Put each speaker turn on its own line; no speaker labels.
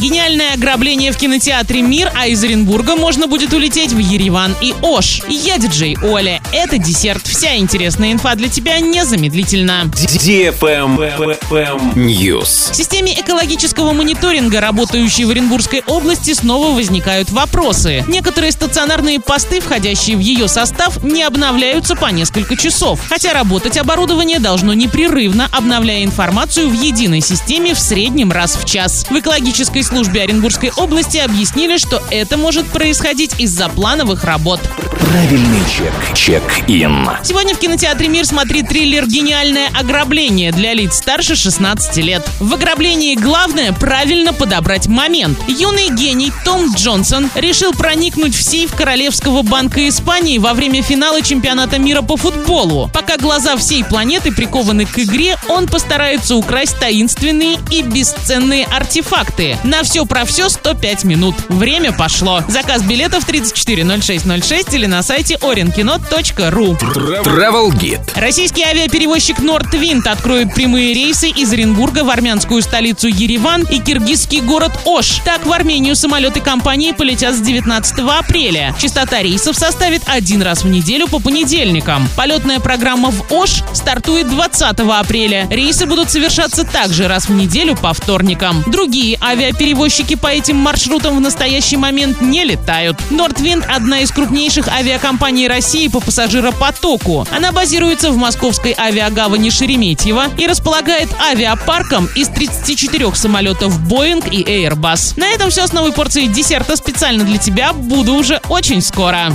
Гениальное ограбление в кинотеатре «Мир», а из Оренбурга можно будет улететь в Ереван и Ош. Я диджей Оля. Это десерт. Вся интересная инфа для тебя незамедлительно.
News.
В системе экологического мониторинга, работающей в Оренбургской области, снова возникают вопросы. Некоторые стационарные посты, входящие в ее состав, не обновляются по несколько часов. Хотя работать оборудование должно непрерывно, обновляя информацию в единой системе в среднем раз в час. В экологической службе Оренбургской области объяснили, что это может происходить из-за плановых работ.
Правильный чек. Чек-ин.
Сегодня в кинотеатре «Мир» смотри триллер «Гениальное ограбление» для лиц старше 16 лет. В ограблении главное правильно подобрать момент. Юный гений Том Джонсон решил проникнуть в сейф Королевского банка Испании во время финала чемпионата мира по футболу. Пока глаза всей планеты прикованы к игре, он постарается украсть таинственные и бесценные артефакты. На все про все 105 минут. Время пошло. Заказ билетов 340606 или на сайте orenkino.ru.
Travel Guide.
Российский авиаперевозчик Nordwind откроет прямые рейсы из Оренбурга в армянскую столицу Ереван и киргизский город Ош. Так в Армению самолеты компании полетят с 19 апреля. Частота рейсов составит один раз в неделю по понедельникам. Полетная программа в Ош стартует 20 апреля. Рейсы будут совершаться также раз в неделю по вторникам. Другие авиаперевозчики по этим маршрутам в настоящий момент не летают. Nordwind – одна из крупнейших авиакомпаний России по пассажиропотоку. Она базируется в московской авиагавани Шереметьево и располагает авиапарком из 34 самолетов Boeing и Airbus. На этом все с новой порцией десерта специально для тебя. Буду уже очень скоро.